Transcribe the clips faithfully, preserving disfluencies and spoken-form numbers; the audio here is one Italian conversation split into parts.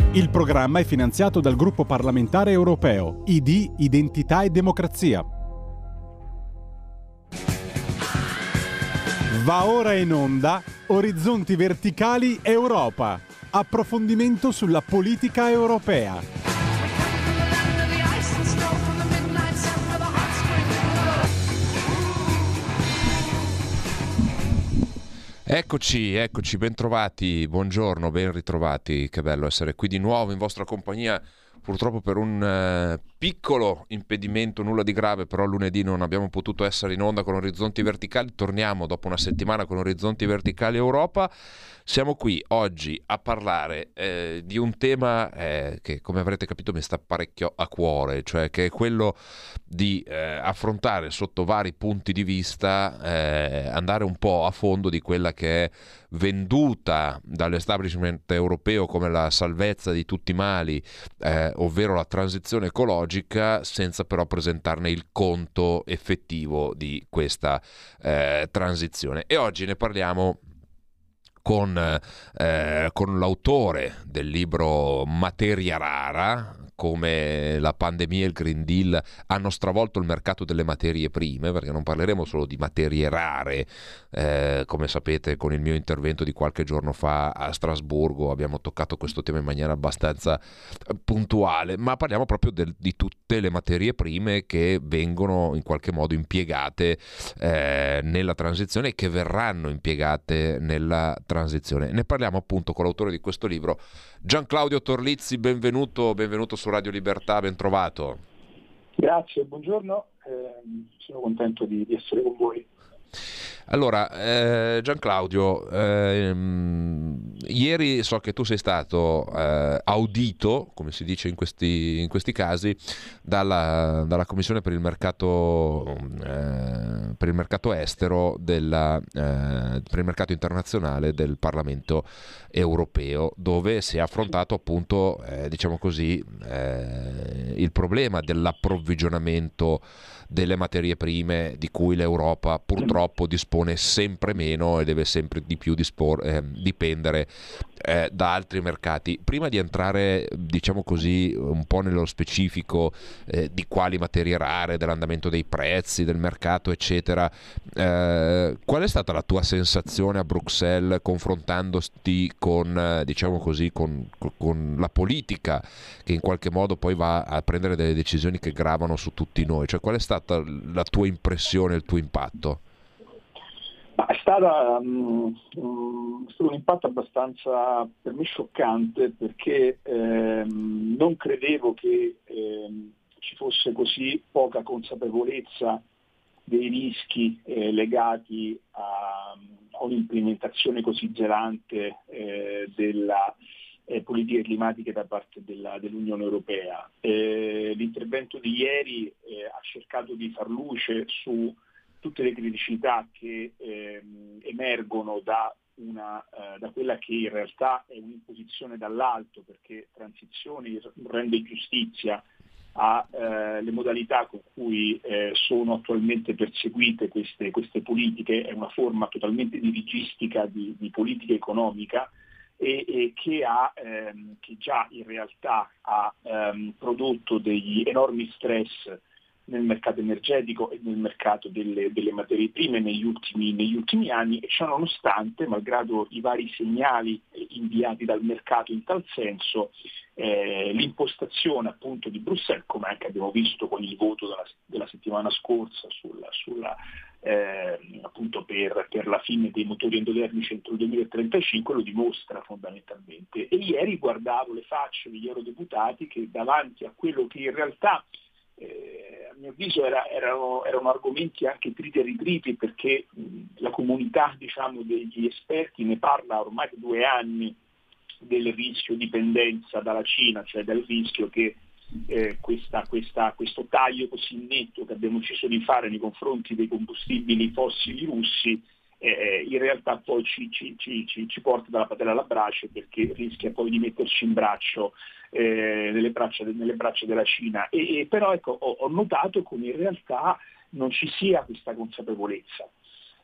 Il programma è finanziato dal gruppo parlamentare europeo I D Identità e Democrazia. Va ora in onda Orizzonti Verticali Europa. Approfondimento sulla politica europea. Eccoci, eccoci, bentrovati, buongiorno, ben ritrovati, che bello essere qui di nuovo in vostra compagnia, purtroppo per un eh, piccolo impedimento, nulla di grave, però lunedì non abbiamo potuto essere in onda con Orizzonti Verticali, torniamo dopo una settimana con Orizzonti Verticali Europa. Siamo qui oggi a parlare eh, di un tema eh, che, come avrete capito, mi sta parecchio a cuore, cioè che è quello di eh, affrontare sotto vari punti di vista, eh, andare un po' a fondo di quella che è venduta dall'establishment europeo come la salvezza di tutti i mali, eh, ovvero la transizione ecologica, senza però presentarne il conto effettivo di questa eh, transizione. E oggi ne parliamo Con, eh, con l'autore del libro Materia Rara, come la pandemia e il Green Deal hanno stravolto il mercato delle materie prime, perché non parleremo solo di materie rare, eh, come sapete con il mio intervento di qualche giorno fa a Strasburgo abbiamo toccato questo tema in maniera abbastanza puntuale, ma parliamo proprio del, di tutte le materie prime che vengono in qualche modo impiegate eh, nella transizione e che verranno impiegate nella transizione. Ne parliamo appunto con l'autore di questo libro, Gianclaudio Torlizzi. Benvenuto, benvenuto su Radio Libertà, ben trovato. Grazie, buongiorno, eh, sono contento di, di essere con voi. Allora, eh, Gianclaudio, ehm, ieri so che tu sei stato eh, audito, come si dice in questi, in questi casi, dalla, dalla Commissione per il mercato, eh, per il mercato estero, della, eh, per il mercato internazionale del Parlamento europeo, dove si è affrontato appunto, eh, diciamo così, eh, il problema dell'approvvigionamento delle materie prime di cui l'Europa purtroppo dispone sempre meno e deve sempre di più dispor- eh, dipendere eh, da altri mercati. Prima di entrare, diciamo così, un po' nello specifico eh, di quali materie rare, dell'andamento dei prezzi, del mercato, eccetera, eh, qual è stata la tua sensazione a Bruxelles confrontandoti con, eh, diciamo così, con, con la politica che in qualche modo poi va a prendere delle decisioni che gravano su tutti noi? Cioè, qual è stata la tua impressione, il tuo impatto? Ma è, stata, um, um, è stato un impatto abbastanza per me scioccante, perché ehm, non credevo che ehm, ci fosse così poca consapevolezza dei rischi eh, legati a, a un'implementazione così zelante eh, della eh, politiche climatiche da parte della, dell'Unione Europea. Eh, l'intervento di ieri eh, ha cercato di far luce su tutte le criticità che eh, emergono da, una, eh, da quella che in realtà è un'imposizione dall'alto, perché transizione rende giustizia alle eh, modalità con cui eh, sono attualmente perseguite queste, queste politiche. È una forma totalmente dirigistica di, di politica economica e, e che, ha, ehm, che già in realtà ha ehm, prodotto degli enormi stress nel mercato energetico e nel mercato delle, delle materie prime negli ultimi, negli ultimi anni, e ciò nonostante, malgrado i vari segnali inviati dal mercato in tal senso, eh, l'impostazione appunto di Bruxelles, come anche abbiamo visto con il voto della, della settimana scorsa sulla, sulla, eh, appunto per, per la fine dei motori endotermici entro il duemilatrentacinque, lo dimostra fondamentalmente. E ieri guardavo le facce degli eurodeputati che davanti a quello che in realtà Eh, a mio avviso era, erano, erano argomenti anche triti e ritriti, perché mh, la comunità, diciamo, degli esperti ne parla ormai da due anni del rischio dipendenza dalla Cina, cioè del rischio che eh, questa, questa, questo taglio così netto che abbiamo deciso di fare nei confronti dei combustibili fossili russi eh, in realtà poi ci, ci, ci, ci, ci porta dalla padella alla brace, perché rischia poi di metterci in braccio eh, nelle, braccia, nelle braccia della Cina. E, e però ecco, ho, ho notato come in realtà non ci sia questa consapevolezza.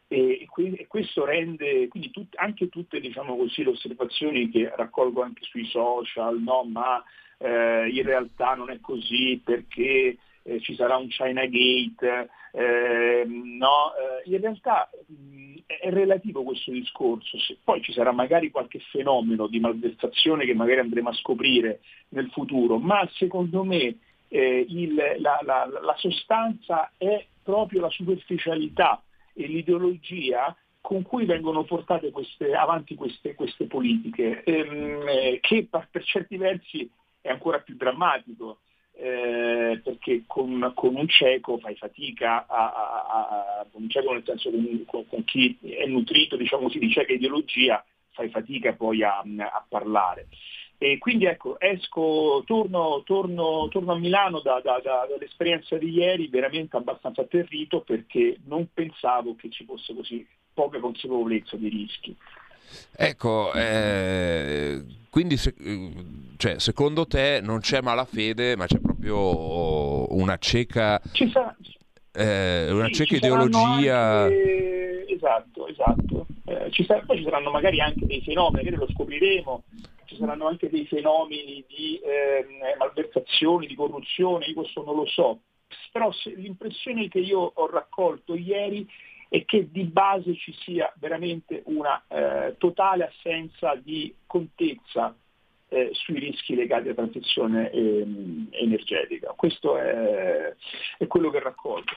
E, e questo rende quindi tut, anche tutte, diciamo così, le osservazioni che raccolgo anche sui social, no? Ma eh, in realtà non è così perché eh, ci sarà un China Gate, eh, no? Eh, in realtà mh, è relativo questo discorso. Se poi ci sarà magari qualche fenomeno di malversazione che magari andremo a scoprire nel futuro, ma secondo me eh, il, la, la, la sostanza è proprio la superficialità e l'ideologia con cui vengono portate queste, avanti queste, queste politiche, ehm, eh, che per certi versi è ancora più drammatico, eh, perché con, con un cieco fai fatica a, a, a con un cieco nel senso con, con, con chi è nutrito, diciamo così, di cieca ideologia, fai fatica poi a, a parlare. E quindi ecco, esco, torno, torno, torno a Milano da, da, da, dall'esperienza di ieri veramente abbastanza atterrito, perché non pensavo che ci fosse così poca consapevolezza dei rischi. Ecco, eh, quindi se, cioè, secondo te non c'è malafede, ma c'è proprio una cieca, Ci sarà, eh, una sì, cieca ci ideologia. anche, esatto, esatto. Eh, ci sarà, poi ci saranno magari anche dei fenomeni, magari lo scopriremo. Ci saranno anche dei fenomeni di eh, malversazioni, di corruzione, io questo non lo so, però se, l'impressione che io ho raccolto ieri è che di base ci sia veramente una eh, totale assenza di contezza eh, sui rischi legati alla transizione eh, energetica. Questo è, è quello che raccolgo.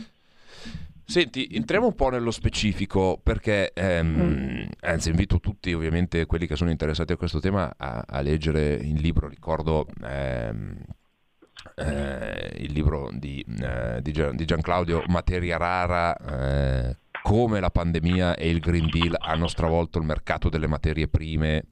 Senti, entriamo un po' nello specifico, perché ehm, anzi invito tutti, ovviamente quelli che sono interessati a questo tema, a, a leggere il libro. Ricordo ehm, eh, il libro di, eh, di, Gian, di Gianclaudio Materia Rara, eh, come la pandemia e il Green Deal hanno stravolto il mercato delle materie prime,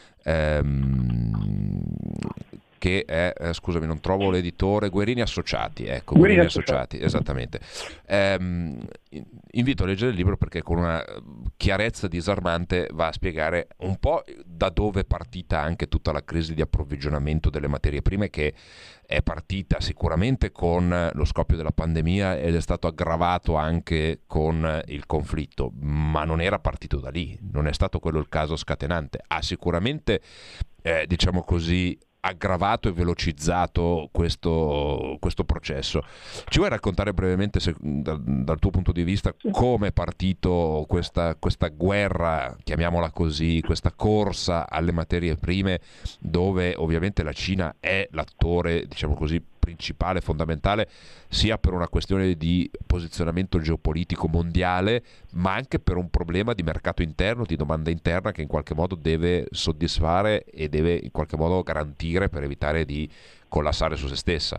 ehm, che è, eh, scusami, non trovo l'editore, Guerini Associati, ecco, Guerini, Guerini Associati, esattamente. Ehm, invito a leggere il libro perché con una chiarezza disarmante va a spiegare un po' da dove è partita anche tutta la crisi di approvvigionamento delle materie prime, che è partita sicuramente con lo scoppio della pandemia ed è stato aggravato anche con il conflitto, ma non era partito da lì, non è stato quello il caso scatenante. Ha sicuramente, eh, diciamo così, aggravato e velocizzato questo, questo processo. Ci vuoi raccontare brevemente, se, dal, dal tuo punto di vista, come è partito questa, questa guerra, chiamiamola così, questa corsa alle materie prime, dove ovviamente la Cina è l'attore, diciamo così, principale, fondamentale, sia per una questione di posizionamento geopolitico mondiale, ma anche per un problema di mercato interno, di domanda interna, che in qualche modo deve soddisfare e deve in qualche modo garantire per evitare di collassare su se stessa.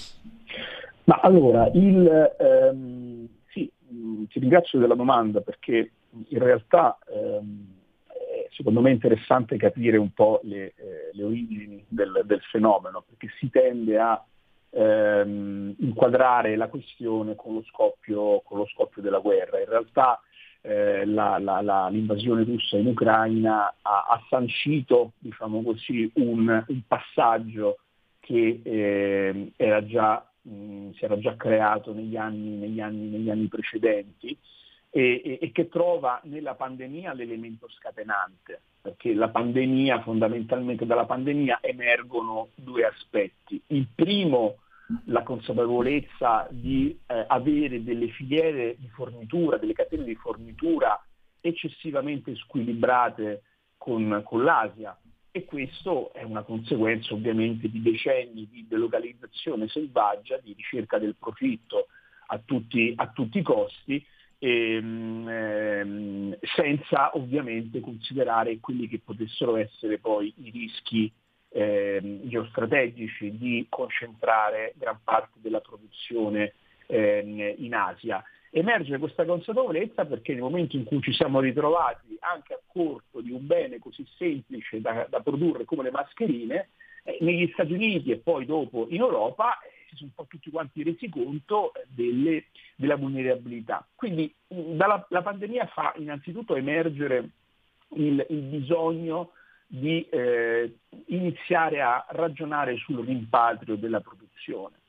Ma allora, il, ehm, sì, ti ringrazio della domanda, perché in realtà ehm, è, secondo me è interessante capire un po' le, eh, le origini del, del fenomeno, perché si tende a Ehm, inquadrare la questione con lo scoppio, con lo scoppio della guerra. In realtà eh, la, la, la, l'invasione russa in Ucraina ha, ha sancito, diciamo così, un, un passaggio che eh, era già, mh, si era già creato negli anni, negli anni, negli anni precedenti e, e, e che trova nella pandemia l'elemento scatenante. Perché la pandemia, fondamentalmente dalla pandemia emergono due aspetti. Il primo, la consapevolezza di eh, avere delle filiere di fornitura, delle catene di fornitura eccessivamente squilibrate con, con l'Asia, e questo è una conseguenza ovviamente di decenni di delocalizzazione selvaggia, di ricerca del profitto a tutti, a tutti i costi, Ehm, ehm, senza ovviamente considerare quelli che potessero essere poi i rischi ehm, geostrategici di concentrare gran parte della produzione ehm, in Asia. Emerge questa consapevolezza perché nel momento in cui ci siamo ritrovati anche a corto di un bene così semplice da, da produrre come le mascherine, eh, negli Stati Uniti e poi dopo in Europa si sono un po' tutti quanti resi conto delle, della vulnerabilità. Quindi dalla, la pandemia fa innanzitutto emergere il, il bisogno di eh, iniziare a ragionare sul rimpatrio della produzione.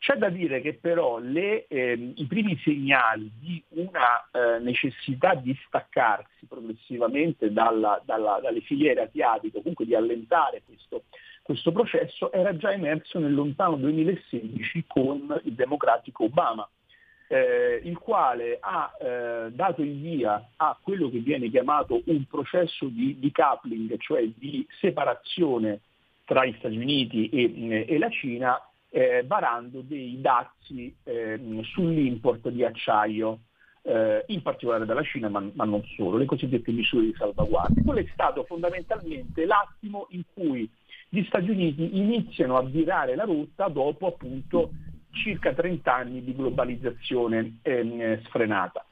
C'è da dire che però le, eh, i primi segnali di una eh, necessità di staccarsi progressivamente dalla, dalla, dalle filiere asiatiche, comunque di allentare questo, questo processo, era già emerso nel lontano duemilasedici con il democratico Obama, eh, il quale ha eh, dato il via a quello che viene chiamato un processo di decoupling, cioè di separazione tra gli Stati Uniti e, e la Cina, Eh, varando dei dazi eh, sull'import di acciaio, eh, in particolare dalla Cina, ma, ma non solo, le cosiddette misure di salvaguardia. Quello è stato fondamentalmente l'attimo in cui gli Stati Uniti iniziano a virare la rotta dopo appunto circa trenta anni di globalizzazione eh, sfrenata.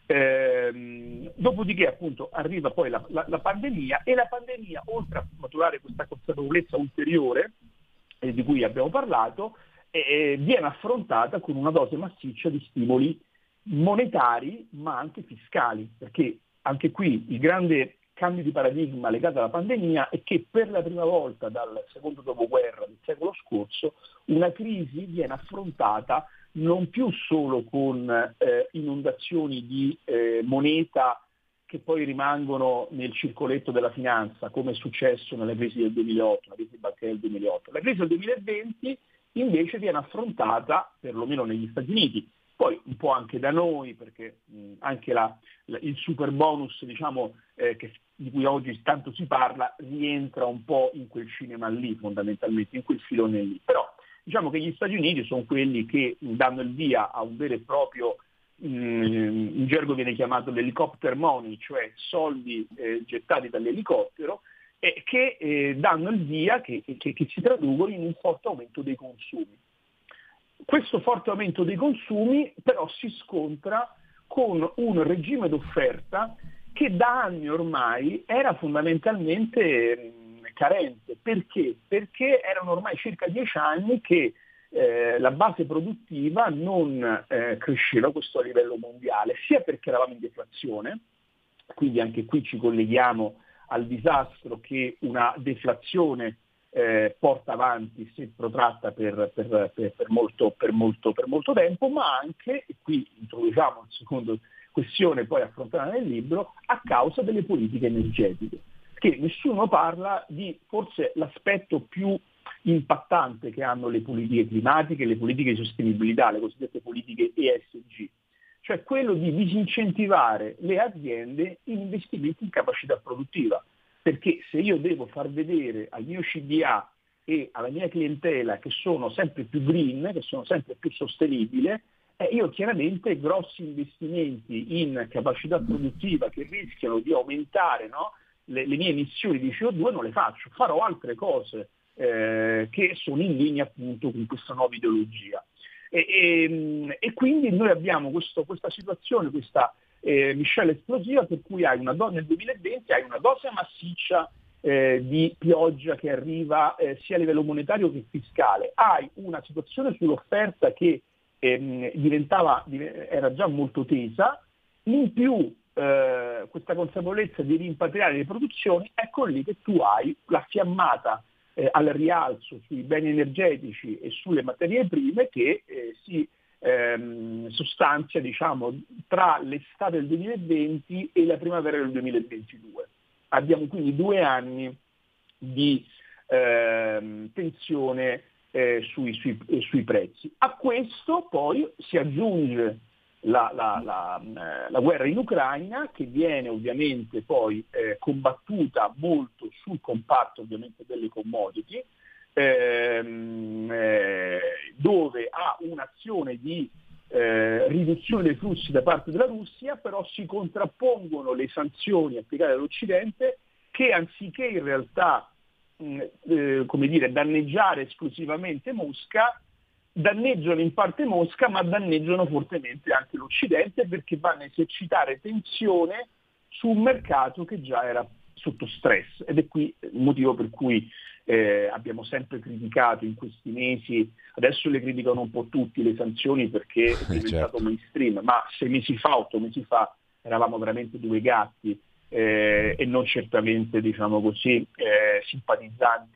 Eh, dopodiché appunto arriva poi la, la, la pandemia, e la pandemia, oltre a maturare questa consapevolezza ulteriore di cui abbiamo parlato, eh, viene affrontata con una dose massiccia di stimoli monetari ma anche fiscali, perché anche qui il grande cambio di paradigma legato alla pandemia è che per la prima volta dal secondo dopoguerra del secolo scorso una crisi viene affrontata non più solo con eh, inondazioni di eh, moneta che poi rimangono nel circoletto della finanza, come è successo nella crisi del duemilaotto, la crisi bancaria del duemilaotto. La crisi del duemilaventi invece viene affrontata, perlomeno negli Stati Uniti, poi un po' anche da noi, perché mh, anche la, la, il super bonus, diciamo, eh, che, di cui oggi tanto si parla, rientra un po' in quel cinema lì, fondamentalmente, in quel filone lì. Però diciamo che gli Stati Uniti sono quelli che mh, danno il via a un vero e proprio, in gergo viene chiamato l'helicopter money, cioè soldi eh, gettati dall'elicottero, eh, che eh, danno il via, che, che, che si traducono in un forte aumento dei consumi. Questo forte aumento dei consumi però si scontra con un regime d'offerta che da anni ormai era fondamentalmente mh, carente. Perché? Perché erano ormai circa dieci anni che Eh, la base produttiva non eh, cresceva a questo livello mondiale, sia perché eravamo in deflazione, quindi anche qui ci colleghiamo al disastro che una deflazione eh, porta avanti se protratta per, per, per, per, molto, per, molto, per molto tempo, ma anche, e qui introduciamo la seconda questione poi affrontata nel libro, a causa delle politiche energetiche, che nessuno parla di forse l'aspetto più impattante che hanno le politiche climatiche, le politiche di sostenibilità, le cosiddette politiche E S G, cioè quello di disincentivare le aziende in investimenti in capacità produttiva, perché se io devo far vedere al mio C D A e alla mia clientela che sono sempre più green, che sono sempre più sostenibile, eh, io chiaramente grossi investimenti in capacità produttiva che rischiano di aumentare, no, le, le mie emissioni di C O due non le faccio, farò altre cose Eh, che sono in linea appunto con questa nuova ideologia. E, e, e quindi noi abbiamo questo, questa situazione, questa eh, miscela esplosiva, per cui hai una do- nel duemilaventi hai una dose massiccia eh, di pioggia che arriva eh, sia a livello monetario che fiscale, hai una situazione sull'offerta che ehm, diventava, era già molto tesa, in più eh, questa consapevolezza di rimpatriare le produzioni, ecco lì che tu hai la fiammata Eh, al rialzo sui beni energetici e sulle materie prime che eh, si ehm, sostanzia, diciamo, tra l'estate del duemilaventi e la primavera del duemilaventidue. Abbiamo quindi due anni di ehm, tensione eh, sui, sui, eh, sui prezzi. A questo poi si aggiunge La, la, la, la guerra in Ucraina, che viene ovviamente poi eh, combattuta molto sul comparto ovviamente delle commodity, ehm, eh, dove ha un'azione di eh, riduzione dei flussi da parte della Russia, però si contrappongono le sanzioni applicate dall'Occidente che, anziché in realtà mh, eh, come dire, danneggiare esclusivamente Mosca, danneggiano in parte Mosca, ma danneggiano fortemente anche l'Occidente, perché vanno a esercitare tensione su un mercato che già era sotto stress. Ed è qui il motivo per cui eh, abbiamo sempre criticato in questi mesi, adesso le criticano un po' tutti le sanzioni perché è diventato certo. mainstream, ma sei mesi fa, otto mesi fa eravamo veramente due gatti eh, e non certamente, diciamo così, eh, simpatizzanti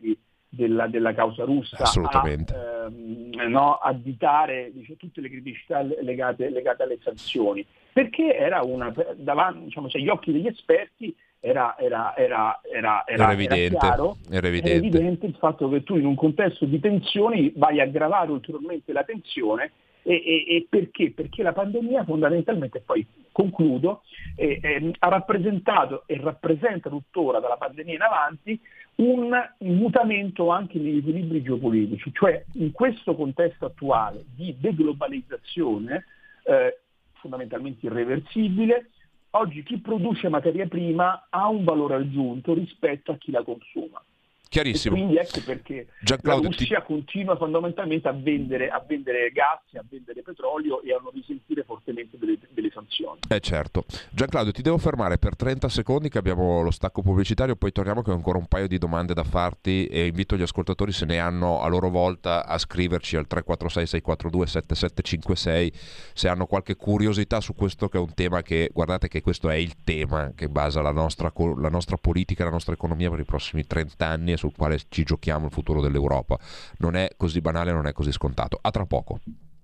della, della causa russa, assolutamente, a ehm, no, additare dice, tutte le criticità legate, legate alle sanzioni, perché era una davanti, diciamo, cioè, gli occhi degli esperti era, era, era, era, era, era evidente, era chiaro, era evidente. era evidente il fatto che tu in un contesto di tensioni vai a aggravare ulteriormente la tensione. E, e, e perché? Perché la pandemia fondamentalmente, poi concludo, eh, eh, ha rappresentato e rappresenta tuttora dalla pandemia in avanti un mutamento anche negli equilibri geopolitici, cioè in questo contesto attuale di deglobalizzazione eh, fondamentalmente irreversibile, oggi chi produce materia prima ha un valore aggiunto rispetto a chi la consuma. Chiarissimo. E quindi ecco perché Gianclaudio, la Russia ti... continua fondamentalmente a vendere, a vendere gas, a vendere petrolio e a non risentire fortemente delle, delle sanzioni. Eh certo. Gianclaudio, ti devo fermare per trenta secondi che abbiamo lo stacco pubblicitario, poi torniamo che ho ancora un paio di domande da farti e invito gli ascoltatori, se ne hanno a loro volta, a scriverci al tre quattro sei sei quattro due sette sette cinque sei se hanno qualche curiosità su questo, che è un tema che, guardate che questo è il tema che basa la nostra, la nostra politica, la nostra economia per i prossimi trenta anni, sul quale ci giochiamo il futuro dell'Europa. Non è così banale, non è così scontato. A tra poco.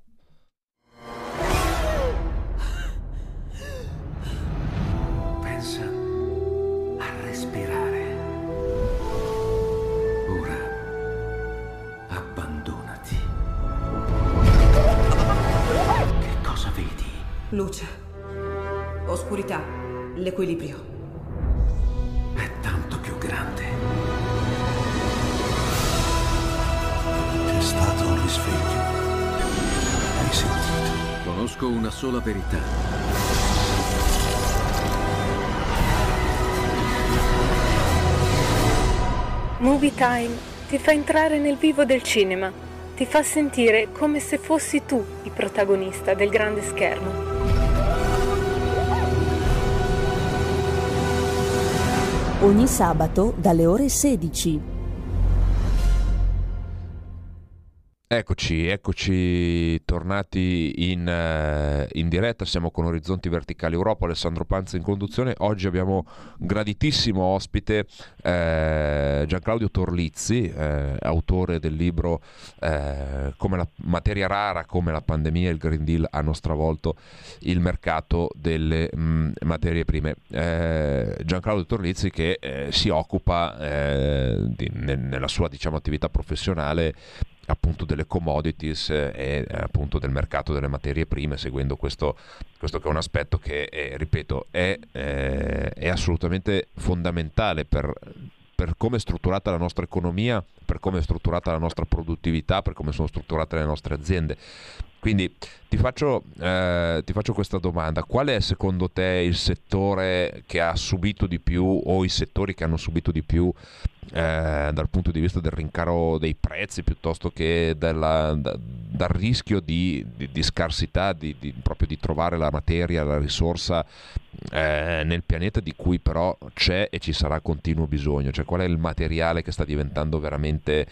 Pensa a respirare. Ora abbandonati. Che cosa vedi? Luce, oscurità, l'equilibrio. È tanto più grande. È stato un risveglio. Hai sentito? Conosco una sola verità. Movie Time ti fa entrare nel vivo del cinema, ti fa sentire come se fossi tu il protagonista del grande schermo. Ogni sabato dalle ore sedici. Eccoci, eccoci tornati in, uh, in diretta, siamo con Orizzonti Verticali Europa, Alessandro Panza in conduzione. Oggi abbiamo un graditissimo ospite, eh, Gianclaudio Torlizzi, eh, autore del libro eh, Come la materia rara, come la pandemia e il Green Deal hanno stravolto il mercato delle mh, materie prime. Eh, Gianclaudio Torlizzi che eh, si occupa eh, di, ne, nella sua diciamo, attività professionale appunto delle commodities e appunto del mercato delle materie prime, seguendo questo, questo che è un aspetto che è, ripeto è, eh, è assolutamente fondamentale per, per come è strutturata la nostra economia, per come è strutturata la nostra produttività, per come sono strutturate le nostre aziende. Quindi ti faccio, eh, ti faccio questa domanda: qual è secondo te il settore che ha subito di più, o i settori che hanno subito di più eh, dal punto di vista del rincaro dei prezzi, piuttosto che della, da, dal rischio di, di, di scarsità, di, di, proprio di trovare la materia, la risorsa eh, nel pianeta di cui però c'è e ci sarà continuo bisogno? Cioè, qual è il materiale che sta diventando veramente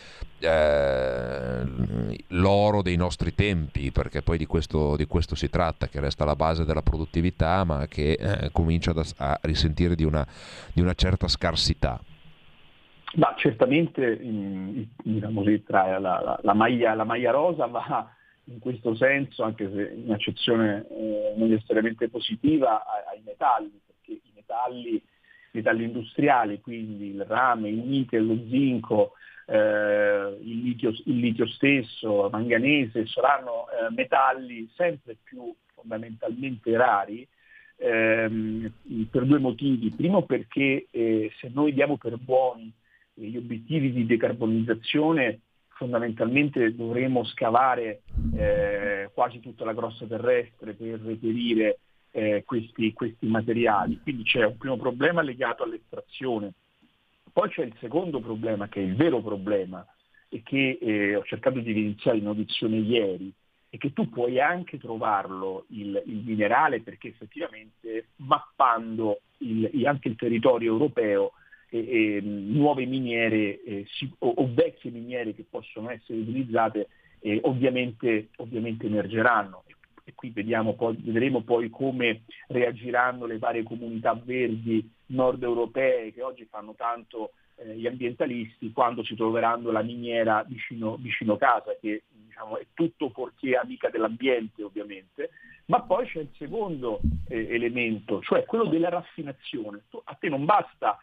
eh, l'oro dei nostri tempi? Perché poi di questo, di questo si tratta, che resta la base della produttività, ma che eh, comincia da, a risentire di una, di una certa scarsità. Ma certamente diciamo così, tra la, la, la, maglia, la maglia rosa va in questo senso, anche se in accezione eh, non necessariamente positiva, ai metalli, perché i metalli, i metalli industriali, quindi il rame, il nichel, lo zinco, eh, il, litio, il litio stesso, manganese, saranno eh, metalli sempre più fondamentalmente rari, ehm, per due motivi. Primo perché eh, se noi diamo per buoni gli obiettivi di decarbonizzazione, fondamentalmente dovremo scavare eh, quasi tutta la crosta terrestre per reperire eh, questi, questi materiali. Quindi c'è un primo problema legato all'estrazione. Poi c'è il secondo problema, che è il vero problema, e che eh, ho cercato di evidenziare in audizione ieri, e che tu puoi anche trovarlo il, il minerale, perché effettivamente mappando il, anche il territorio europeo, E, e, nuove miniere eh, si, o, o vecchie miniere che possono essere utilizzate eh, ovviamente, ovviamente emergeranno, e, e qui vediamo poi, vedremo poi come reagiranno le varie comunità verdi nord europee che oggi fanno tanto eh, gli ambientalisti quando si troveranno la miniera vicino, vicino casa, che diciamo è tutto fuorché amica dell'ambiente ovviamente. Ma poi c'è il secondo eh, elemento, cioè quello della raffinazione. Tu, a te non basta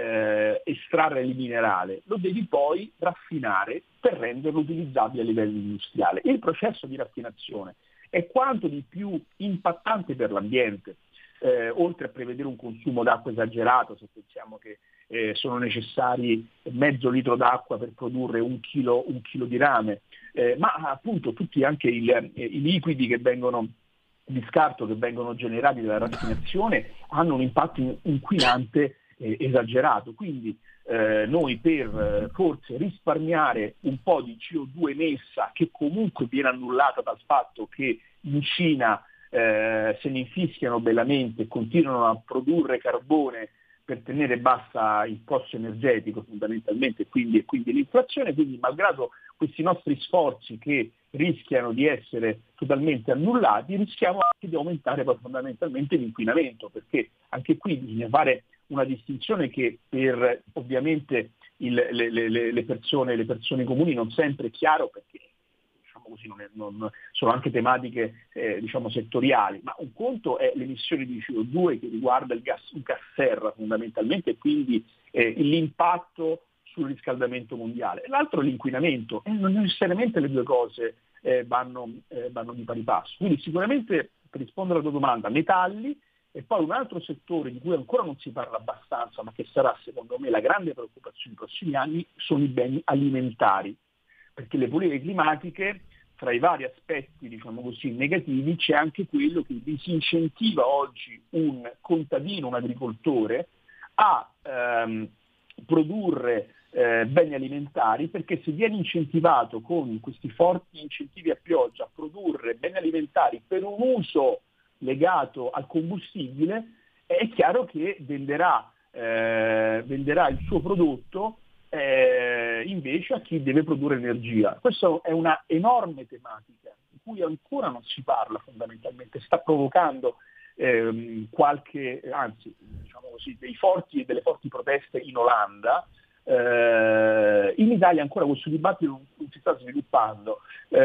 eh, estrarre il minerale, lo devi poi raffinare per renderlo utilizzabile a livello industriale. E il processo di raffinazione è quanto di più impattante per l'ambiente, eh, oltre a prevedere un consumo d'acqua esagerato, se pensiamo che eh, sono necessari mezzo litro d'acqua per produrre un chilo, un chilo di rame, eh, ma appunto tutti anche il, eh, i liquidi che vengono di scarto che vengono generati dalla raffinazione hanno un impatto inquinante eh, esagerato. Quindi eh, noi per eh, forse risparmiare un po' di C O due emessa, che comunque viene annullata dal fatto che in Cina eh, se ne infischiano bellamente e continuano a produrre carbone per tenere bassa il costo energetico fondamentalmente, quindi, e quindi l'inflazione, quindi malgrado questi nostri sforzi che rischiano di essere totalmente annullati, rischiamo anche di aumentare poi fondamentalmente l'inquinamento, perché anche qui bisogna fare una distinzione che per ovviamente il, le, le, le, persone, le persone comuni non sempre è chiaro, perché diciamo così, non è, non, sono anche tematiche eh, diciamo settoriali, ma un conto è l'emissione di C O due che riguarda il gas, il gas serra fondamentalmente, e quindi eh, l'impatto sul riscaldamento mondiale, l'altro è l'inquinamento, e non necessariamente le due cose eh, vanno, eh, vanno di pari passo. Quindi sicuramente, per rispondere alla tua domanda, metalli, e poi un altro settore di cui ancora non si parla abbastanza, ma che sarà secondo me la grande preoccupazione nei prossimi anni, sono i beni alimentari, perché le politiche climatiche, tra i vari aspetti diciamo così negativi, c'è anche quello che disincentiva oggi un contadino, un agricoltore, a ehm, produrre Eh, beni alimentari, perché se viene incentivato con questi forti incentivi a pioggia a produrre beni alimentari per un uso legato al combustibile, è chiaro che venderà, eh, venderà il suo prodotto eh, invece a chi deve produrre energia. Questa è una enorme tematica di cui ancora non si parla fondamentalmente, sta provocando ehm, qualche, anzi diciamo così, dei forti, delle forti proteste in Olanda. Uh, in Italia ancora questo dibattito non, non si sta sviluppando,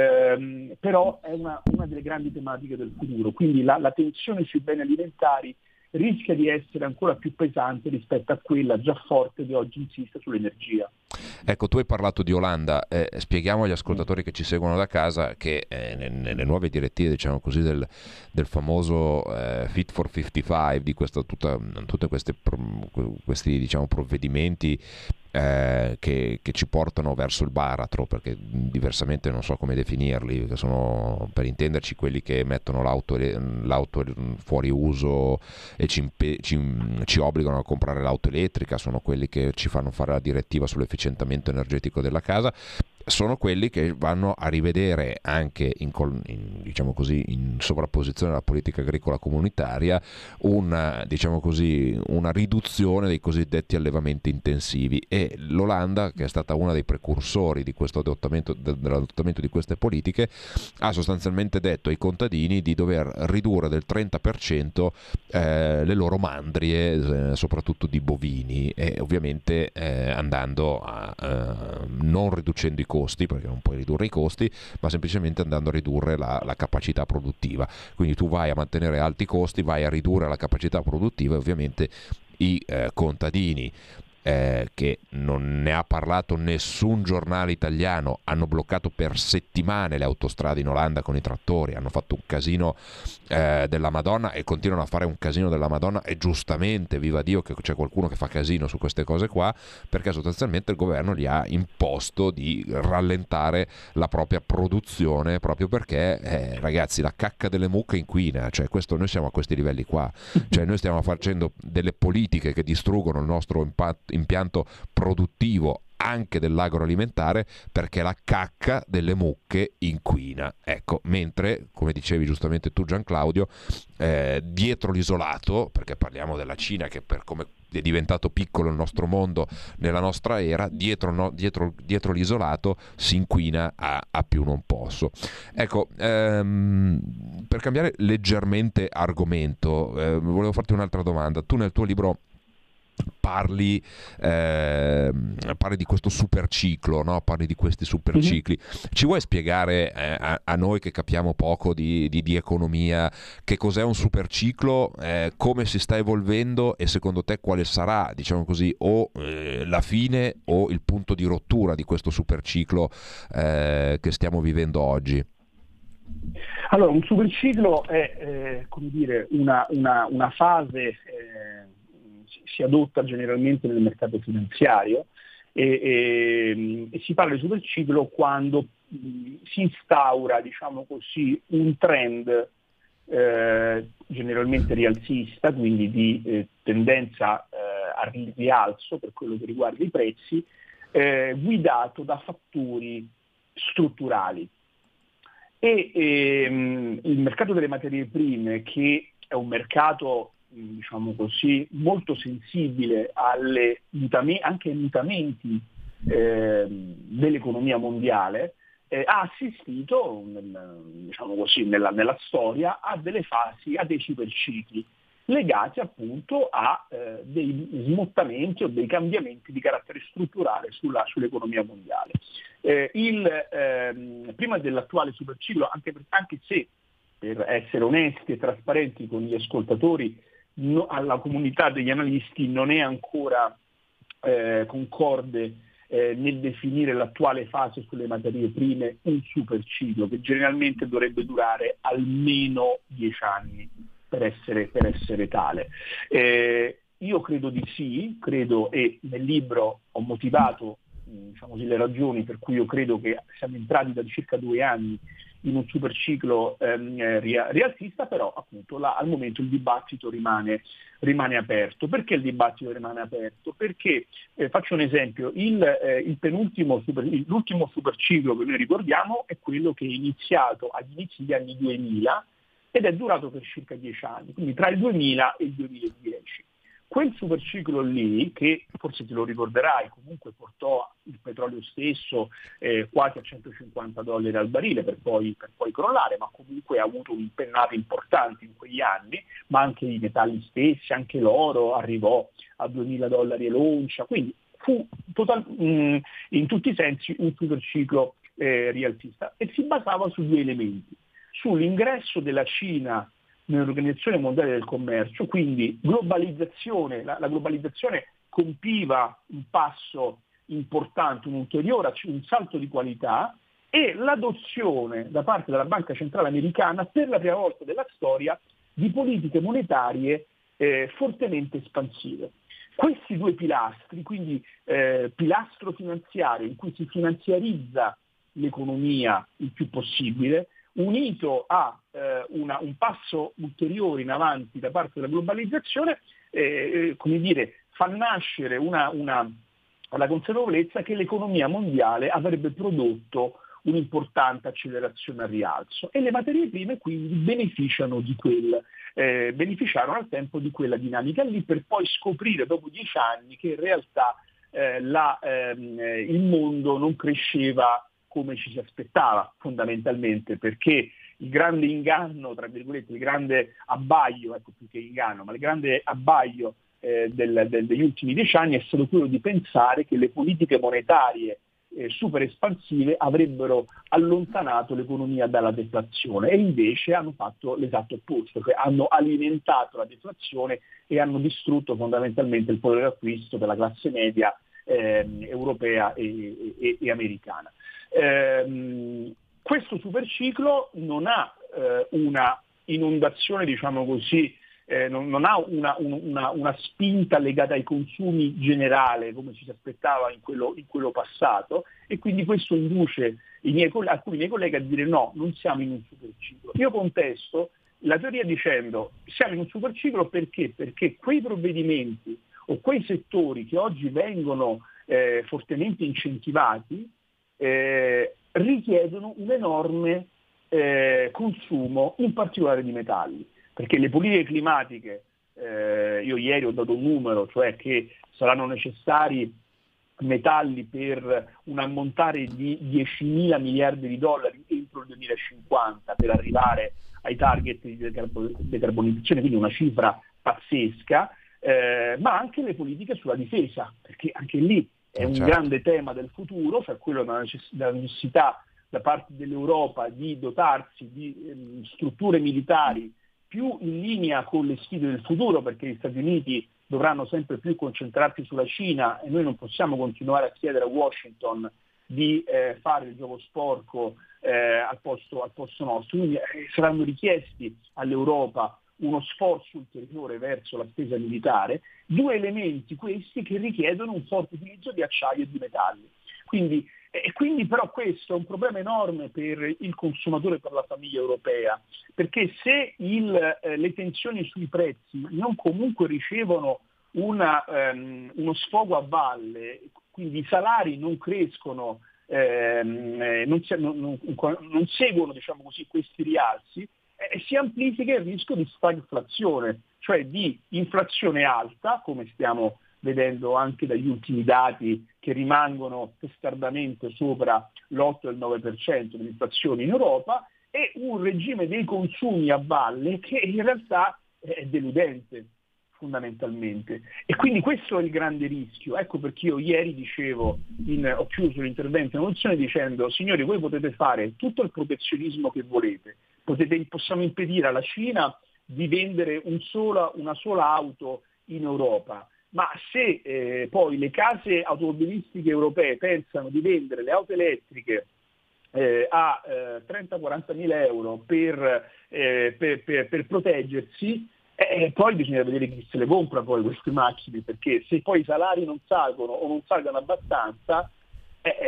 uh, però è una, una delle grandi tematiche del futuro, quindi la, la tensione sui beni alimentari rischia di essere ancora più pesante rispetto a quella già forte che oggi insiste sull'energia. Ecco, tu hai parlato di Olanda, eh, spieghiamo agli ascoltatori che ci seguono da casa che eh, nelle nuove direttive, diciamo così, del, del famoso eh, Fit for cinquantacinque, di questa, tutta, tutte queste questi diciamo provvedimenti eh, che, che ci portano verso il baratro, perché diversamente non so come definirli, che sono, per intenderci, quelli che mettono l'auto, l'auto fuori uso e ci, impe- ci, ci obbligano a comprare l'auto elettrica, sono quelli che ci fanno fare la direttiva sull'efficientamento energetico della casa, sono quelli che vanno a rivedere anche in, in, diciamo così, in sovrapposizione alla politica agricola comunitaria una, diciamo così, una riduzione dei cosiddetti allevamenti intensivi, e l'Olanda, che è stata una dei precursori di questo adottamento, dell'adottamento di queste politiche, ha sostanzialmente detto ai contadini di dover ridurre del trenta per cento eh, le loro mandrie, eh, soprattutto di bovini, e ovviamente eh, andando a eh, non riducendo i costi, perché non puoi ridurre i costi, ma semplicemente andando a ridurre la, la capacità produttiva. Quindi tu vai a mantenere alti i costi, vai a ridurre la capacità produttiva, e ovviamente i eh, contadini eh, che non ne ha parlato nessun giornale italiano, hanno bloccato per settimane le autostrade in Olanda con i trattori, hanno fatto un casino eh, della Madonna e continuano a fare un casino della Madonna, e giustamente, viva Dio che c'è qualcuno che fa casino su queste cose qua, perché sostanzialmente il governo gli ha imposto di rallentare la propria produzione, proprio perché eh, ragazzi, la cacca delle mucche inquina, cioè questo, noi siamo a questi livelli qua, cioè noi stiamo facendo delle politiche che distruggono il nostro impatt- impianto produttivo anche dell'agroalimentare, perché la cacca delle mucche inquina. Ecco, mentre, come dicevi giustamente tu Gianclaudio, eh, dietro l'isolato, perché parliamo della Cina che per come è diventato piccolo il nostro mondo nella nostra era, dietro, no, dietro, dietro l'isolato si inquina a, a più non posso. Ecco, ehm, per cambiare leggermente argomento, eh, volevo farti un'altra domanda. Tu nel tuo libro parli, eh, parli di questo superciclo, no? Parli di questi supercicli. Mm-hmm. Ci vuoi spiegare eh, a, a noi che capiamo poco di, di, di economia che cos'è un superciclo, eh, come si sta evolvendo e secondo te quale sarà, diciamo così, o eh, la fine o il punto di rottura di questo superciclo eh, che stiamo vivendo oggi? Allora, un superciclo è eh, come dire una, una, una fase eh, si adotta generalmente nel mercato finanziario e, e, e si parla di superciclo quando mh, si instaura, diciamo così, un trend eh, generalmente rialzista, quindi di eh, tendenza eh, al rialzo per quello che riguarda i prezzi, eh, guidato da fattori strutturali. E ehm, il mercato delle materie prime, che è un mercato diciamo così molto sensibile alle mutami- anche ai mutamenti eh, dell'economia mondiale, eh, ha assistito nel, diciamo così, nella, nella storia a delle fasi, a dei supercicli legati appunto a eh, dei smottamenti o dei cambiamenti di carattere strutturale sulla, sull'economia mondiale. Eh, il, ehm, prima dell'attuale superciclo, anche, per, anche se per essere onesti e trasparenti con gli ascoltatori, no, alla comunità degli analisti non è ancora eh, concorde eh, nel definire l'attuale fase sulle materie prime un superciclo, che generalmente dovrebbe durare almeno dieci anni per essere, per essere tale. Eh, io credo di sì, credo, e nel libro ho motivato diciamo così, le ragioni per cui io credo che siamo entrati da circa due anni in un superciclo ehm, rialzista, però appunto là, al momento il dibattito rimane, rimane aperto. Perché il dibattito rimane aperto? Perché, eh, faccio un esempio, il, eh, il penultimo super, l'ultimo superciclo che noi ricordiamo è quello che è iniziato agli inizi degli anni duemila ed è durato per circa dieci anni, quindi tra il duemila e il duemiladieci. Quel superciclo lì, che forse te lo ricorderai, comunque portò il petrolio stesso eh, quasi a centocinquanta dollari al barile per poi, per poi crollare, ma comunque ha avuto un'impennata importante in quegli anni, ma anche i metalli stessi, anche l'oro arrivò a duemila dollari l'oncia, quindi fu total, mh, in tutti i sensi un superciclo eh, rialzista e si basava su due elementi: sull'ingresso della Cina nell'Organizzazione Mondiale del Commercio, quindi globalizzazione, la, la globalizzazione compiva un passo importante, un ulteriore, un salto di qualità, e l'adozione da parte della Banca Centrale Americana per la prima volta della storia di politiche monetarie eh, fortemente espansive. Questi due pilastri, quindi eh, pilastro finanziario in cui si finanziarizza l'economia il più possibile, unito a eh, una, un passo ulteriore in avanti da parte della globalizzazione, eh, come dire, fa nascere una, una, la consapevolezza che l'economia mondiale avrebbe prodotto un'importante accelerazione al rialzo e le materie prime quindi beneficiano di quel, eh, beneficiarono al tempo di quella dinamica lì, per poi scoprire dopo dieci anni che in realtà eh, la, ehm, il mondo non cresceva come ci si aspettava, fondamentalmente, perché il grande inganno, tra virgolette, il grande abbaglio, ecco più che inganno, ma il grande abbaglio eh, del, del, degli ultimi dieci anni è stato quello di pensare che le politiche monetarie eh, super espansive avrebbero allontanato l'economia dalla deflazione, e invece hanno fatto l'esatto opposto, cioè hanno alimentato la deflazione e hanno distrutto fondamentalmente il potere d'acquisto della classe media eh, europea e, e, e americana. Eh, questo superciclo non ha eh, una inondazione, diciamo così, eh, non, non ha una, una, una spinta legata ai consumi generale come ci si aspettava in quello, in quello passato, e quindi questo induce i miei, alcuni miei colleghi a dire no, non siamo in un superciclo. Io contesto la teoria dicendo siamo in un superciclo perché? Perché quei provvedimenti o quei settori che oggi vengono eh, fortemente incentivati Eh, richiedono un enorme eh, consumo, in particolare di metalli, perché le politiche climatiche, eh, io ieri ho dato un numero, cioè che saranno necessari metalli per un ammontare di diecimila miliardi di dollari entro il duemilacinquanta per arrivare ai target di decarbonizzazione, quindi una cifra pazzesca. eh, ma anche le politiche sulla difesa, perché anche lì è un certo. grande tema del futuro, cioè quello della necess- della necessità da parte dell'Europa di dotarsi di ehm, strutture militari più in linea con le sfide del futuro, perché gli Stati Uniti dovranno sempre più concentrarsi sulla Cina e noi non possiamo continuare a chiedere a Washington di eh, fare il gioco sporco eh, al, posto, al posto nostro. Quindi eh, saranno richiesti all'Europa uno sforzo ulteriore verso la spesa militare, due elementi questi che richiedono un forte utilizzo di acciaio e di metalli. Quindi, e quindi però questo è un problema enorme per il consumatore e per la famiglia europea, perché se il, eh, le tensioni sui prezzi non comunque ricevono una, um, uno sfogo a valle, quindi i salari non crescono, ehm, eh, non, non, non, non seguono, diciamo così, questi rialzi, eh, si amplifica il rischio di stagflazione, cioè di inflazione alta, come stiamo vedendo anche dagli ultimi dati che rimangono testardamente sopra l'otto e il nove per cento dell'inflazione in Europa, e un regime dei consumi a valle che in realtà è deludente fondamentalmente. E quindi questo è il grande rischio. Ecco perché io ieri dicevo, in, ho chiuso l'intervento in audizione dicendo: signori, voi potete fare tutto il protezionismo che volete, potete, possiamo impedire alla Cina di vendere un sola, una sola auto in Europa, ma se eh, poi le case automobilistiche europee pensano di vendere le auto elettriche eh, a eh, trenta quaranta mila euro per, eh, per, per, per proteggersi, eh, poi bisogna vedere chi se le compra poi queste macchine, perché se poi i salari non salgono o non salgono abbastanza, eh,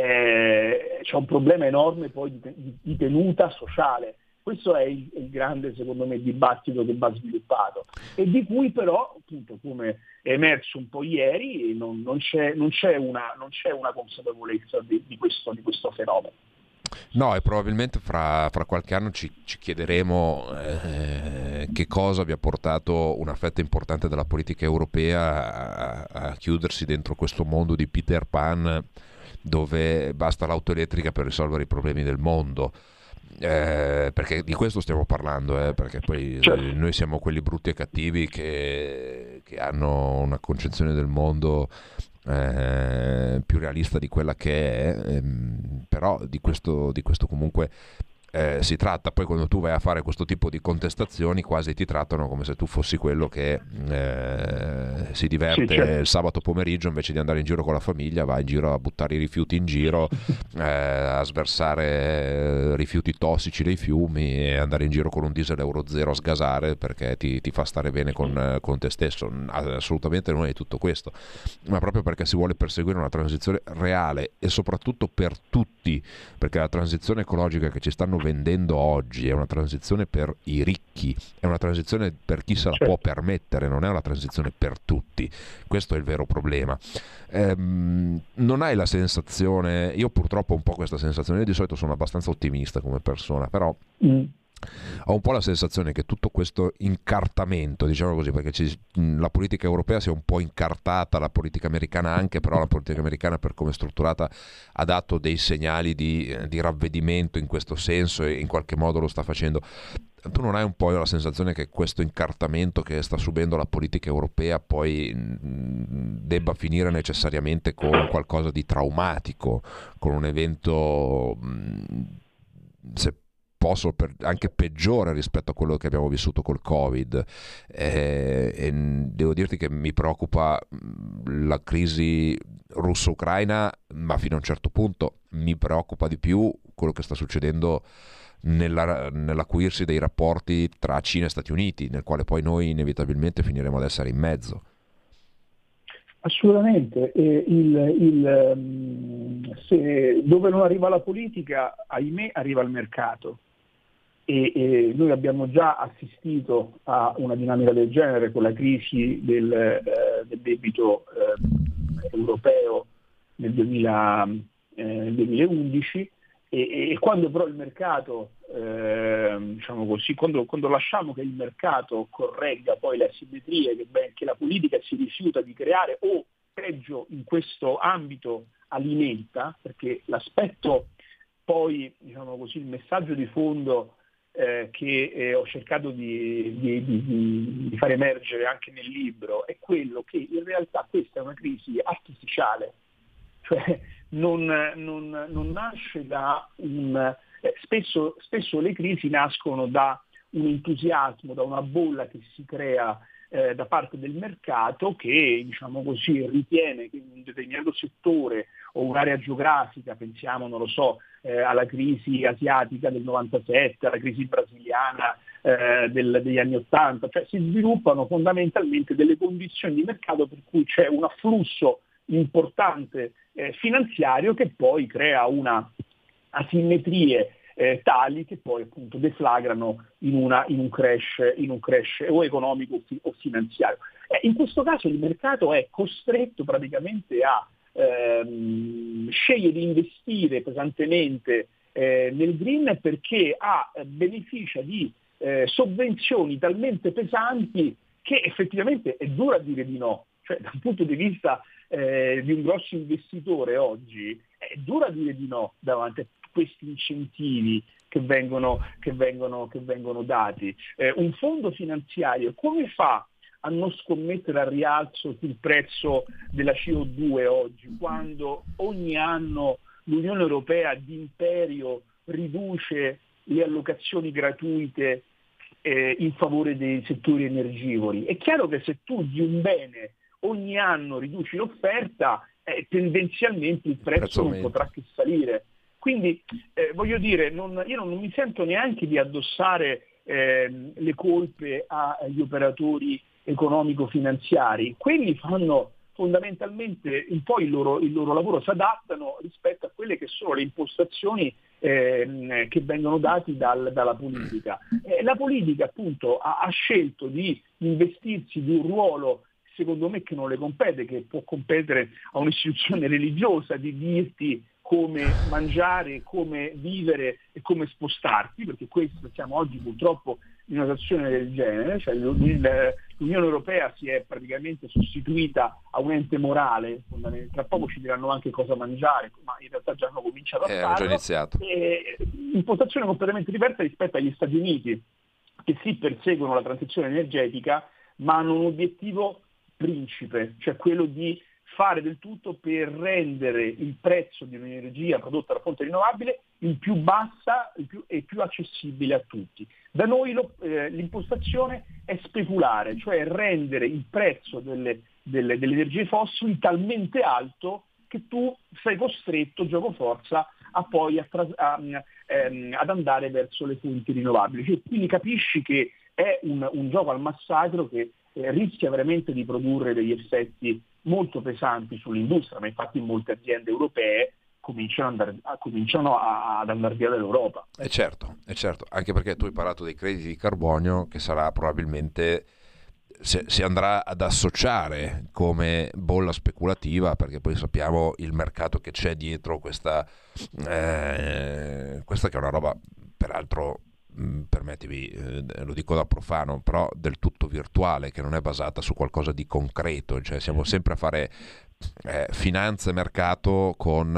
eh, c'è un problema enorme poi di, di, di tenuta sociale. Questo è il, il grande, secondo me, dibattito che va sviluppato e di cui però, appunto, come è emerso un po' ieri, non, non, c'è, non, c'è, una, non c'è una consapevolezza di, di, questo, di questo fenomeno. No, e probabilmente fra, fra qualche anno ci, ci chiederemo eh, che cosa abbia portato una fetta importante della politica europea a, a chiudersi dentro questo mondo di Peter Pan, dove basta l'auto elettrica per risolvere i problemi del mondo. Eh, perché di questo stiamo parlando, eh, perché poi certo. eh, noi siamo quelli brutti e cattivi che, che hanno una concezione del mondo eh, più realista di quella che è, ehm, però di questo, di questo comunque eh, si tratta. Poi quando tu vai a fare questo tipo di contestazioni quasi ti trattano come se tu fossi quello che eh, si diverte sì, certo. il sabato pomeriggio, invece di andare in giro con la famiglia va in giro a buttare i rifiuti in giro, eh, a sversare rifiuti tossici nei fiumi e andare in giro con un diesel euro zero a sgasare perché ti, ti fa stare bene con, con te stesso. Assolutamente non è tutto questo, ma proprio perché si vuole perseguire una transizione reale e soprattutto per tutti, perché la transizione ecologica che ci stanno vendendo oggi è una transizione per i ricchi, è una transizione per chi se la può permettere, non è una transizione per tutti. Questo è il vero problema. Ehm, non hai la sensazione, io purtroppo ho un po' questa sensazione, io di solito sono abbastanza ottimista come persona, però mm. ho un po' la sensazione che tutto questo incartamento, diciamo così, perché ci, la politica europea si è un po' incartata, la politica americana anche, però la politica americana per come è strutturata ha dato dei segnali di, di ravvedimento in questo senso e in qualche modo lo sta facendo. Tu non hai un po' la sensazione che questo incartamento che sta subendo la politica europea poi debba finire necessariamente con qualcosa di traumatico, con un evento, se posso per, anche peggiore rispetto a quello che abbiamo vissuto col Covid, eh, e devo dirti che mi preoccupa la crisi russo-ucraina, ma fino a un certo punto mi preoccupa di più quello che sta succedendo nella, nell'acuirsi dei rapporti tra Cina e Stati Uniti, nel quale poi noi inevitabilmente finiremo ad essere in mezzo. Assolutamente, eh, il, il, se, dove non arriva la politica, ahimè, arriva il mercato. E, e noi abbiamo già assistito a una dinamica del genere con la crisi del, eh, del debito eh, europeo nel, duemila, eh, nel duemilaundici e, e quando però il mercato, eh, diciamo così, quando, quando lasciamo che il mercato corregga poi le asimmetrie che, beh, che la politica si rifiuta di creare o peggio in questo ambito alimenta, perché l'aspetto poi, diciamo così, il messaggio di fondo eh, che eh, ho cercato di, di, di, di far emergere anche nel libro è quello che in realtà questa è una crisi artificiale, cioè non, non, non nasce da un... Eh, spesso, spesso le crisi nascono da un entusiasmo, da una bolla che si crea eh, da parte del mercato che, diciamo così, ritiene che in un determinato settore o un'area geografica, pensiamo, non lo so, eh, alla crisi asiatica del novantasette, alla crisi brasiliana eh, del, degli anni ottanta, cioè si sviluppano fondamentalmente delle condizioni di mercato per cui c'è un afflusso importante eh, finanziario che poi crea una asimmetrie eh, tali che poi appunto deflagrano in, una, in, un crash, in un crash o economico o, fi- o finanziario. Eh, in questo caso il mercato è costretto praticamente a ehm, scegliere di investire pesantemente eh, nel green perché ha eh, beneficia di eh, sovvenzioni talmente pesanti che effettivamente è dura dire di no. Cioè, dal punto di vista eh, di un grosso investitore oggi è dura dire di no davanti a questi incentivi che vengono, che vengono, che vengono dati. Eh, un fondo finanziario come fa a non scommettere al rialzo sul prezzo della C O due oggi, quando ogni anno l'Unione Europea d'imperio riduce le allocazioni gratuite eh, in favore dei settori energivori? È chiaro che se tu di un bene ogni anno riduci l'offerta, eh, tendenzialmente il prezzo, il prezzo non potrà che salire. Quindi eh, voglio dire, non, io non mi sento neanche di addossare eh, le colpe agli operatori economico-finanziari. Quelli fanno fondamentalmente un po' il loro, il loro lavoro, si adattano rispetto a quelle che sono le impostazioni eh, che vengono date dal, dalla politica. Eh, la politica appunto ha, ha scelto di investirsi di un ruolo secondo me che non le compete, che può competere a un'istituzione religiosa di dirti come mangiare, come vivere e come spostarti, perché questo siamo oggi purtroppo in una situazione del genere, cioè l'Unione Europea si è praticamente sostituita a un ente morale, tra poco ci diranno anche cosa mangiare, ma in realtà già hanno cominciato a eh, farlo, già iniziato. E impostazione completamente diversa rispetto agli Stati Uniti, che sì perseguono la transizione energetica, ma hanno un obiettivo principe, cioè quello di fare del tutto per rendere il prezzo di un'energia prodotta da fonte rinnovabile il più bassa il più, e più accessibile a tutti. Da noi lo, eh, l'impostazione è speculare, cioè rendere il prezzo delle, delle, delle energie fossili talmente alto che tu sei costretto, gioco forza, a poi a tra, a, ehm, ad andare verso le fonti rinnovabili. Cioè, quindi capisci che è un, un gioco al massacro che eh, rischia veramente di produrre degli effetti molto pesanti sull'industria, ma infatti in molte aziende europee cominciano, andare, cominciano a, ad andare via dall'Europa. E eh certo, è certo, anche perché tu hai parlato dei crediti di carbonio, che sarà probabilmente, se, si andrà ad associare come bolla speculativa, perché poi sappiamo il mercato che c'è dietro questa, eh, questa che è una roba peraltro, permettimi, eh, lo dico da profano, però del tutto virtuale, che non è basata su qualcosa di concreto, cioè siamo sempre a fare eh, finanza e mercato con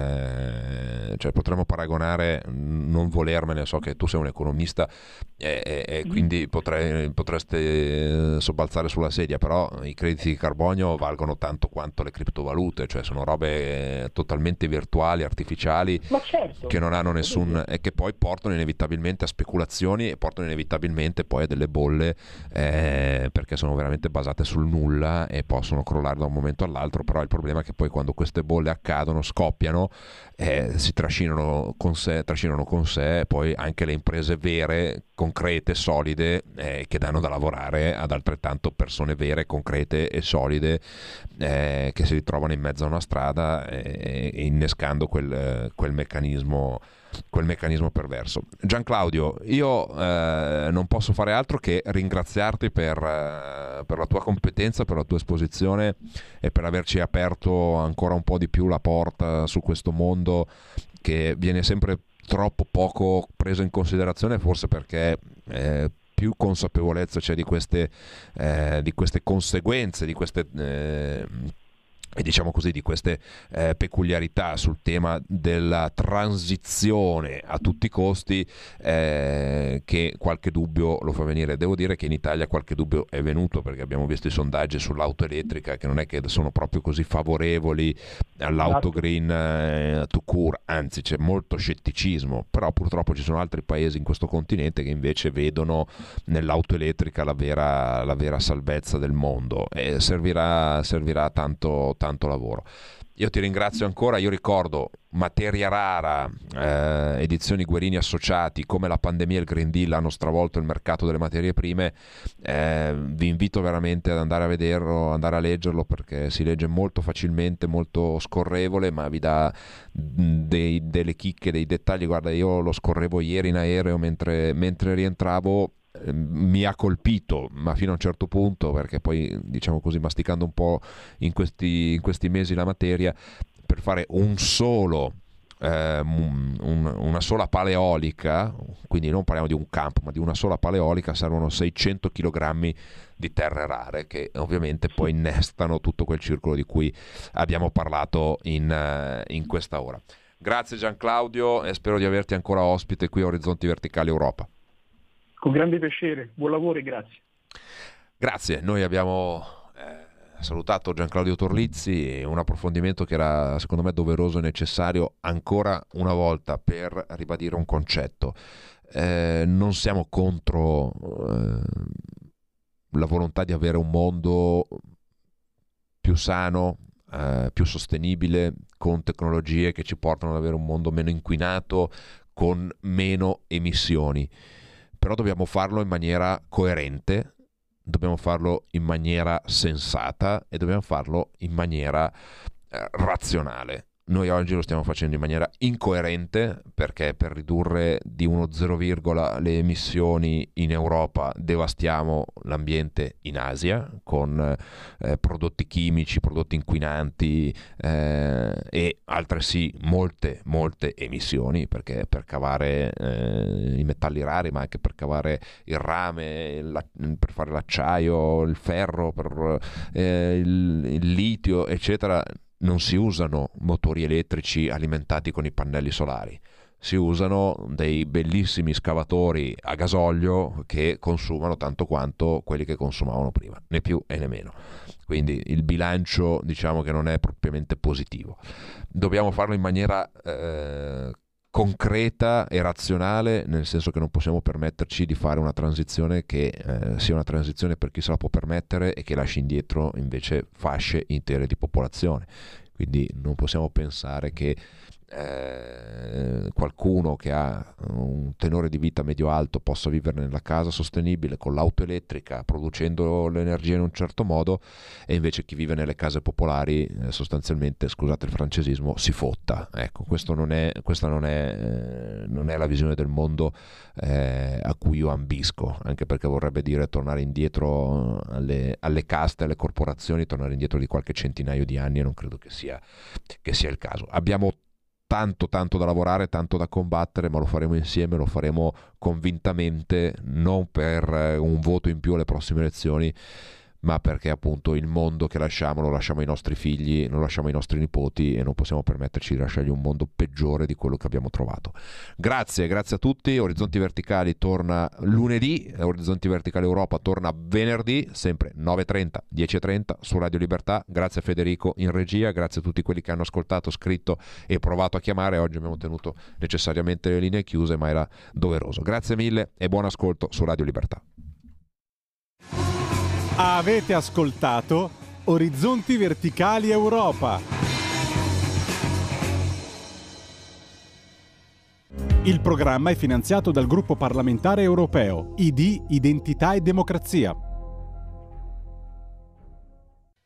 eh, cioè potremmo paragonare, non volermene, so che tu sei un economista e, e, e quindi potrei, potreste sobbalzare sulla sedia, però i crediti di carbonio valgono tanto quanto le criptovalute, cioè sono robe totalmente virtuali, artificiali, ma certo, che non hanno nessun, e che poi portano inevitabilmente a speculazioni e portano inevitabilmente poi a delle bolle eh, perché sono veramente basate sul nulla e possono crollare da un momento all'altro. Però il problema è che poi quando queste bolle accadono, scoppiano, eh, si trascinano con sé, trascinano con sé poi anche le imprese vere, concrete, solide, eh, che danno da lavorare ad altrettanto persone vere, concrete e solide, eh, che si ritrovano in mezzo a una strada e, e innescando quel, quel meccanismo quel meccanismo perverso. Gianclaudio, io eh, non posso fare altro che ringraziarti per, eh, per la tua competenza, per la tua esposizione e per averci aperto ancora un po' di più la porta su questo mondo che viene sempre troppo poco preso in considerazione, forse perché eh, più consapevolezza c'è di queste, eh, di queste conseguenze, di queste... Eh, e diciamo così di queste eh, peculiarità sul tema della transizione a tutti i costi, eh, che qualche dubbio lo fa venire. Devo dire che in Italia qualche dubbio è venuto, perché abbiamo visto i sondaggi sull'auto elettrica che non è che sono proprio così favorevoli all'auto green eh, to cure, anzi c'è molto scetticismo, però purtroppo ci sono altri paesi in questo continente che invece vedono nell'auto elettrica la vera, la vera salvezza del mondo, e servirà, servirà tanto tanto lavoro. Io ti ringrazio ancora, io ricordo Materia Rara, eh, edizioni Guerini Associati, come la pandemia e il Green Deal hanno stravolto il mercato delle materie prime. Eh, vi invito veramente ad andare a vederlo, andare a leggerlo, perché si legge molto facilmente, molto scorrevole, ma vi dà dei, delle chicche, dei dettagli. Guarda, io lo scorrevo ieri in aereo mentre, mentre rientravo. Mi ha colpito, ma fino a un certo punto, perché poi, diciamo così, masticando un po' in questi, in questi mesi la materia, per fare un solo eh, un, una sola pala eolica, quindi non parliamo di un campo ma di una sola pala eolica, servono seicento chilogrammi di terre rare, che ovviamente poi innestano tutto quel circolo di cui abbiamo parlato in, in questa ora. Grazie Gian Claudio, e spero di averti ancora ospite qui a Orizzonti Verticali Europa. Con grande piacere, buon lavoro e grazie. Grazie, noi abbiamo eh, salutato Gian Claudio Torlizzi, un approfondimento che era secondo me doveroso e necessario ancora una volta per ribadire un concetto. Eh, non siamo contro eh, la volontà di avere un mondo più sano, eh, più sostenibile, con tecnologie che ci portano ad avere un mondo meno inquinato, con meno emissioni. Però dobbiamo farlo in maniera coerente, dobbiamo farlo in maniera sensata e dobbiamo farlo in maniera eh, razionale. Noi oggi lo stiamo facendo in maniera incoerente, perché per ridurre di uno zero, le emissioni in Europa devastiamo l'ambiente in Asia con eh, prodotti chimici, prodotti inquinanti eh, e altresì molte molte emissioni, perché per cavare eh, i metalli rari, ma anche per cavare il rame, la, per fare l'acciaio, il ferro, per eh, il, il litio, eccetera, non si usano motori elettrici alimentati con i pannelli solari, si usano dei bellissimi scavatori a gasolio che consumano tanto quanto quelli che consumavano prima, né più e né meno. Quindi il bilancio, diciamo che non è propriamente positivo. Dobbiamo farlo in maniera eh, concreta e razionale, nel senso che non possiamo permetterci di fare una transizione che eh, sia una transizione per chi se la può permettere e che lasci indietro invece fasce intere di popolazione. Quindi non possiamo pensare che eh, qualcuno che ha un tenore di vita medio-alto possa vivere nella casa sostenibile con l'auto elettrica, producendo l'energia in un certo modo, e invece chi vive nelle case popolari eh, sostanzialmente, scusate il francesismo, si fotta. Ecco, questo non è, questa non è, eh, non è la visione del mondo eh, a cui io ambisco, anche perché vorrebbe dire tornare indietro alle, alle caste, alle corporazioni, tornare indietro di qualche centinaio di anni, e non credo che sia, che sia il caso. Abbiamo tanto tanto da lavorare, tanto da combattere, ma lo faremo insieme, lo faremo convintamente, non per un voto in più alle prossime elezioni, ma perché appunto il mondo che lasciamo lo lasciamo ai nostri figli, lo lasciamo ai nostri nipoti, e non possiamo permetterci di lasciargli un mondo peggiore di quello che abbiamo trovato. Grazie, grazie a tutti. Orizzonti Verticali torna lunedì, Orizzonti Verticali Europa torna venerdì, sempre nove e trenta, dieci e trenta su Radio Libertà. Grazie a Federico in regia, grazie a tutti quelli che hanno ascoltato, scritto e provato a chiamare. Oggi abbiamo tenuto necessariamente le linee chiuse, ma era doveroso. Grazie mille e buon ascolto su Radio Libertà. Avete ascoltato Orizzonti Verticali Europa. Il programma è finanziato dal gruppo parlamentare europeo I D Identità e Democrazia.